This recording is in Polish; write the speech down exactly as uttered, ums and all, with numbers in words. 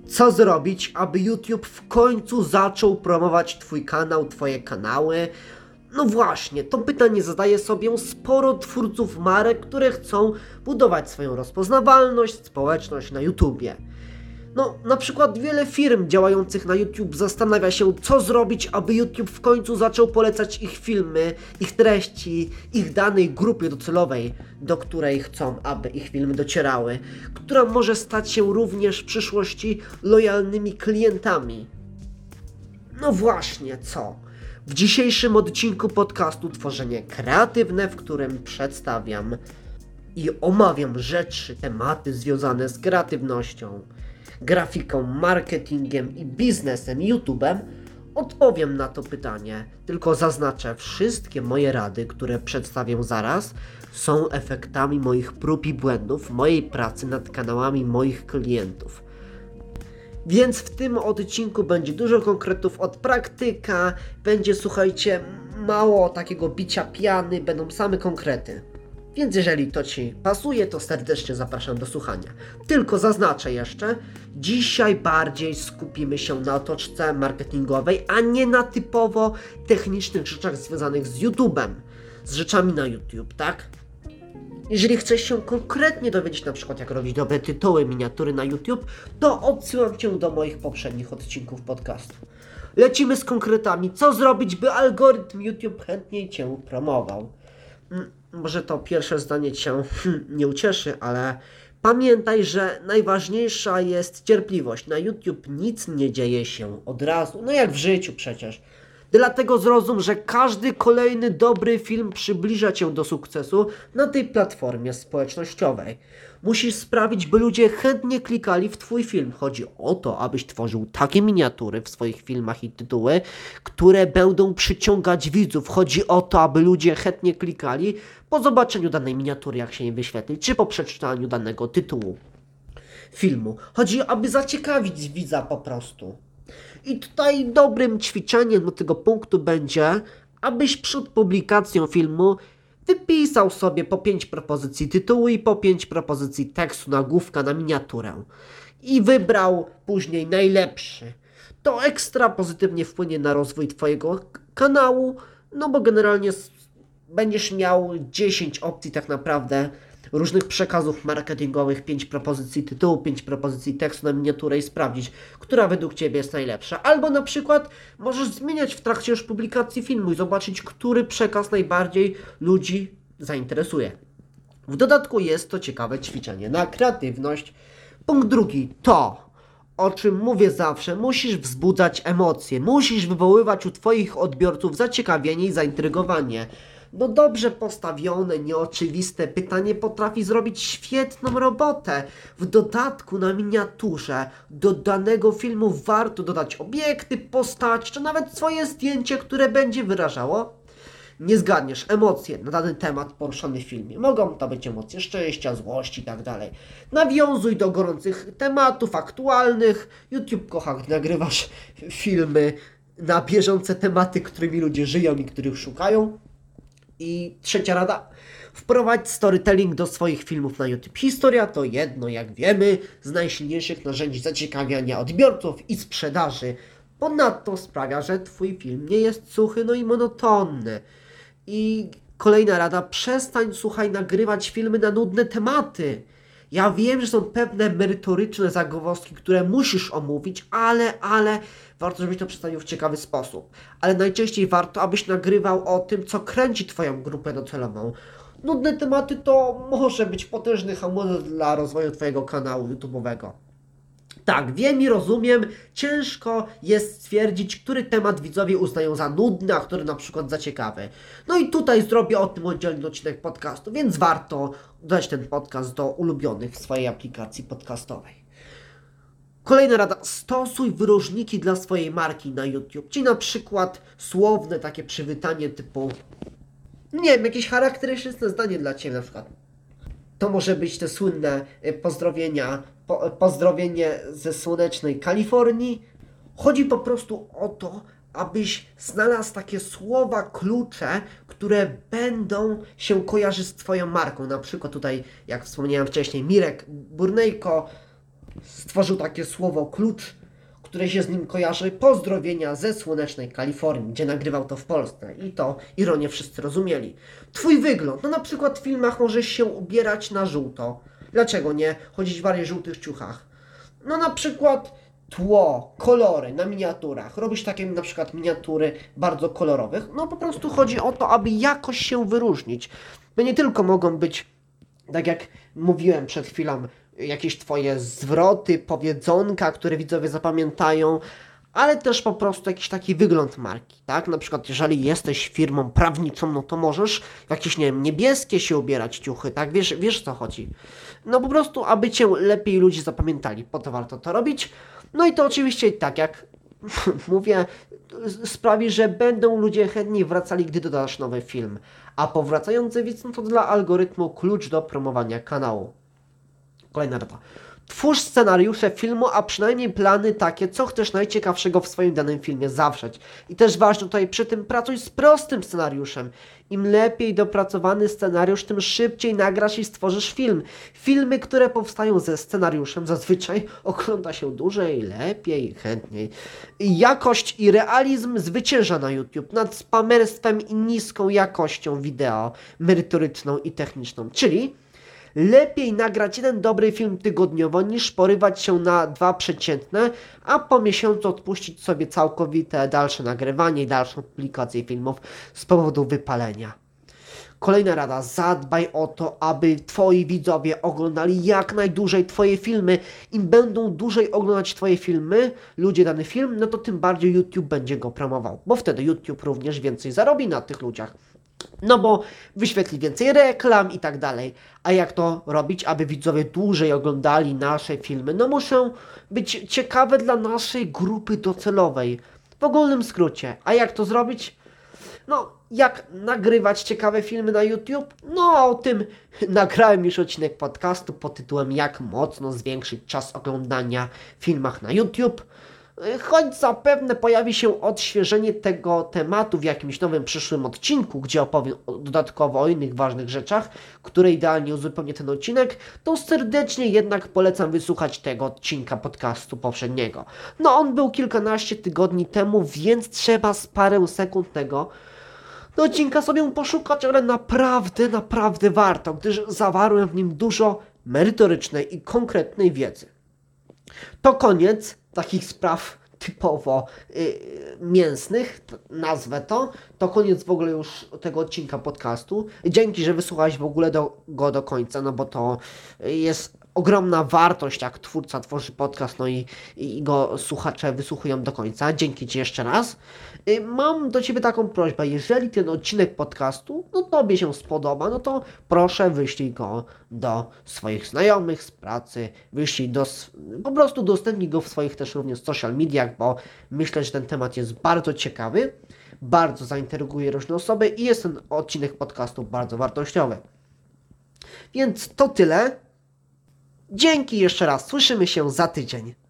Co zrobić, aby YouTube w końcu zaczął promować Twój kanał, Twoje kanały? No właśnie, to pytanie zadaje sobie sporo twórców marek, które chcą budować swoją rozpoznawalność, społeczność na YouTubie. No, na przykład wiele firm działających na YouTube zastanawia się, co zrobić, aby YouTube w końcu zaczął polecać ich filmy, ich treści, ich danej grupie docelowej, do której chcą, aby ich filmy docierały, która może stać się również w przyszłości lojalnymi klientami. No właśnie, co? W dzisiejszym odcinku podcastu Tworzenie Kreatywne, w którym przedstawiam i omawiam rzeczy, tematy związane z kreatywnością, grafiką, marketingiem i biznesem, YouTube'em, odpowiem na to pytanie. Tylko zaznaczę, wszystkie moje rady, które przedstawię zaraz, są efektami moich prób i błędów, mojej pracy nad kanałami moich klientów. Więc w tym odcinku będzie dużo konkretów od praktyka, będzie, słuchajcie, mało takiego bicia piany, będą same konkrety. Więc jeżeli to Ci pasuje, to serdecznie zapraszam do słuchania. Tylko zaznaczę jeszcze, dzisiaj bardziej skupimy się na otoczce marketingowej, a nie na typowo technicznych rzeczach związanych z YouTube'em, z rzeczami na YouTube, tak? Jeżeli chcesz się konkretnie dowiedzieć, na przykład jak robić dobre tytuły, miniatury na YouTube, to odsyłam Cię do moich poprzednich odcinków podcastu. Lecimy z konkretami. Co zrobić, by algorytm YouTube chętniej Cię promował? Może to pierwsze zdanie Cię hmm, nie ucieszy, ale pamiętaj, że najważniejsza jest cierpliwość. Na YouTube nic nie dzieje się od razu, no jak w życiu przecież. Dlatego zrozum, że każdy kolejny dobry film przybliża Cię do sukcesu na tej platformie społecznościowej. Musisz sprawić, by ludzie chętnie klikali w Twój film. Chodzi o to, abyś tworzył takie miniatury w swoich filmach i tytuły, które będą przyciągać widzów. Chodzi o to, aby ludzie chętnie klikali po zobaczeniu danej miniatury, jak się jej wyświetli, czy po przeczytaniu danego tytułu filmu. Chodzi, aby zaciekawić widza po prostu. I tutaj dobrym ćwiczeniem do tego punktu będzie, abyś przed publikacją filmu wypisał sobie po pięć propozycji tytułu i po pięć propozycji tekstu, nagłówka na miniaturę. I wybrał później najlepszy. To ekstra pozytywnie wpłynie na rozwój Twojego kanału, no bo generalnie będziesz miał dziesięć opcji tak naprawdę różnych przekazów marketingowych, pięć propozycji tytułu, pięć propozycji tekstu na miniaturę i sprawdzić, która według Ciebie jest najlepsza. Albo na przykład możesz zmieniać w trakcie już publikacji filmu i zobaczyć, który przekaz najbardziej ludzi zainteresuje. W dodatku jest to ciekawe ćwiczenie na kreatywność. Punkt drugi to, o czym mówię zawsze, musisz wzbudzać emocje, musisz wywoływać u Twoich odbiorców zaciekawienie i zaintrygowanie. No dobrze postawione, nieoczywiste pytanie potrafi zrobić świetną robotę. W dodatku na miniaturze do danego filmu warto dodać obiekty, postać, czy nawet swoje zdjęcie, które będzie wyrażało, nie zgadniesz, emocje na dany temat poruszany w filmie. Mogą to być emocje szczęścia, złości i tak dalej. Nawiązuj do gorących tematów aktualnych. YouTube kocha, gdy nagrywasz filmy na bieżące tematy, którymi ludzie żyją i których szukają. I trzecia rada, wprowadź storytelling do swoich filmów na YouTube. Historia to jedno, jak wiemy, z najsilniejszych narzędzi zaciekawiania odbiorców i sprzedaży. Ponadto sprawia, że Twój film nie jest suchy, no i monotonny. I kolejna rada, przestań, słuchaj, nagrywać filmy na nudne tematy. Ja wiem, że są pewne merytoryczne zagwozdki, które musisz omówić, ale, ale warto, żebyś to przedstawił w ciekawy sposób. Ale najczęściej warto, abyś nagrywał o tym, co kręci Twoją grupę docelową. Nudne tematy to może być potężny hamulec dla rozwoju Twojego kanału YouTube'owego. Tak, wiem i rozumiem, ciężko jest stwierdzić, który temat widzowie uznają za nudny, a który na przykład za ciekawy. No i tutaj zrobię o tym oddzielny odcinek podcastu, więc warto dodać ten podcast do ulubionych w swojej aplikacji podcastowej. Kolejna rada, stosuj wyróżniki dla swojej marki na YouTube, czyli na przykład słowne takie przywitanie typu, nie wiem, jakieś charakterystyczne zdanie dla Ciebie na przykład. To może być te słynne pozdrowienia, po, pozdrowienie ze słonecznej Kalifornii. Chodzi po prostu o to, abyś znalazł takie słowa klucze, które będą się kojarzyć z Twoją marką. Na przykład tutaj, jak wspomniałem wcześniej, Mirek Burnejko, stworzył takie słowo klucz, które się z nim kojarzy. Pozdrowienia ze słonecznej Kalifornii, gdzie nagrywał to w Polsce. I to ironię wszyscy rozumieli. Twój wygląd. No na przykład w filmach możesz się ubierać na żółto. Dlaczego nie? Chodzić w bardziej żółtych ciuchach. No na przykład tło, kolory na miniaturach. Robisz takie na przykład miniatury bardzo kolorowych. No po prostu chodzi o to, aby jakoś się wyróżnić. Bo nie tylko mogą być, tak jak mówiłem przed chwilą, jakieś twoje zwroty, powiedzonka, które widzowie zapamiętają, ale też po prostu jakiś taki wygląd marki, tak? Na przykład jeżeli jesteś firmą prawniczą, no to możesz w jakieś, nie wiem, niebieskie się ubierać ciuchy, tak? Wiesz, wiesz co chodzi. No po prostu, aby cię lepiej ludzie zapamiętali, po to warto to robić. No i to oczywiście tak jak mówię, sprawi, że będą ludzie chętniej wracali, gdy dodasz nowy film. A powracający widz, no to dla algorytmu klucz do promowania kanału. Kolejna rada. Twórz scenariusze filmu, a przynajmniej plany takie, co chcesz najciekawszego w swoim danym filmie zawrzeć. I też ważne tutaj przy tym, pracuj z prostym scenariuszem. Im lepiej dopracowany scenariusz, tym szybciej nagrasz i stworzysz film. Filmy, które powstają ze scenariuszem, zazwyczaj ogląda się dłużej, lepiej, chętniej. Jakość i realizm zwycięża na YouTube nad spamerstwem i niską jakością wideo, merytoryczną i techniczną. Czyli lepiej nagrać jeden dobry film tygodniowo, niż porywać się na dwa przeciętne, a po miesiącu odpuścić sobie całkowite dalsze nagrywanie i dalszą publikację filmów z powodu wypalenia. Kolejna rada. Zadbaj o to, aby twoi widzowie oglądali jak najdłużej twoje filmy. Im będą dłużej oglądać twoje filmy, ludzie dany film, no to tym bardziej YouTube będzie go promował, bo wtedy YouTube również więcej zarobi na tych ludziach. No bo wyświetli więcej reklam i tak dalej. A jak to robić, aby widzowie dłużej oglądali nasze filmy? No muszą być ciekawe dla naszej grupy docelowej. W ogólnym skrócie. A jak to zrobić? No, jak nagrywać ciekawe filmy na YouTube? No, o tym nagrałem już odcinek podcastu pod tytułem Jak mocno zwiększyć czas oglądania w filmach na YouTube. Choć zapewne pojawi się odświeżenie tego tematu w jakimś nowym przyszłym odcinku, gdzie opowiem dodatkowo o innych ważnych rzeczach, które idealnie uzupełnię ten odcinek, to serdecznie jednak polecam wysłuchać tego odcinka podcastu poprzedniego. No on był kilkanaście tygodni temu, więc trzeba z parę sekund tego do odcinka sobie poszukać, ale naprawdę, naprawdę warto, gdyż zawarłem w nim dużo merytorycznej i konkretnej wiedzy. To koniec takich spraw typowo y, mięsnych, nazwę to. To koniec w ogóle już tego odcinka podcastu. Dzięki, że wysłuchałeś w ogóle do, go do końca, no bo to jest ogromna wartość, jak twórca tworzy podcast, no i, i go słuchacze wysłuchują do końca. Dzięki Ci jeszcze raz. Y, mam do Ciebie taką prośbę, jeżeli ten odcinek podcastu, no Tobie się spodoba, no to proszę wyślij go do swoich znajomych z pracy, wyślij do, po prostu udostępnij go w swoich też również social mediach, bo myślę, że ten temat jest bardzo ciekawy, bardzo zaintryguje różne osoby i jest ten odcinek podcastu bardzo wartościowy. Więc to tyle. Dzięki jeszcze raz, słyszymy się za tydzień.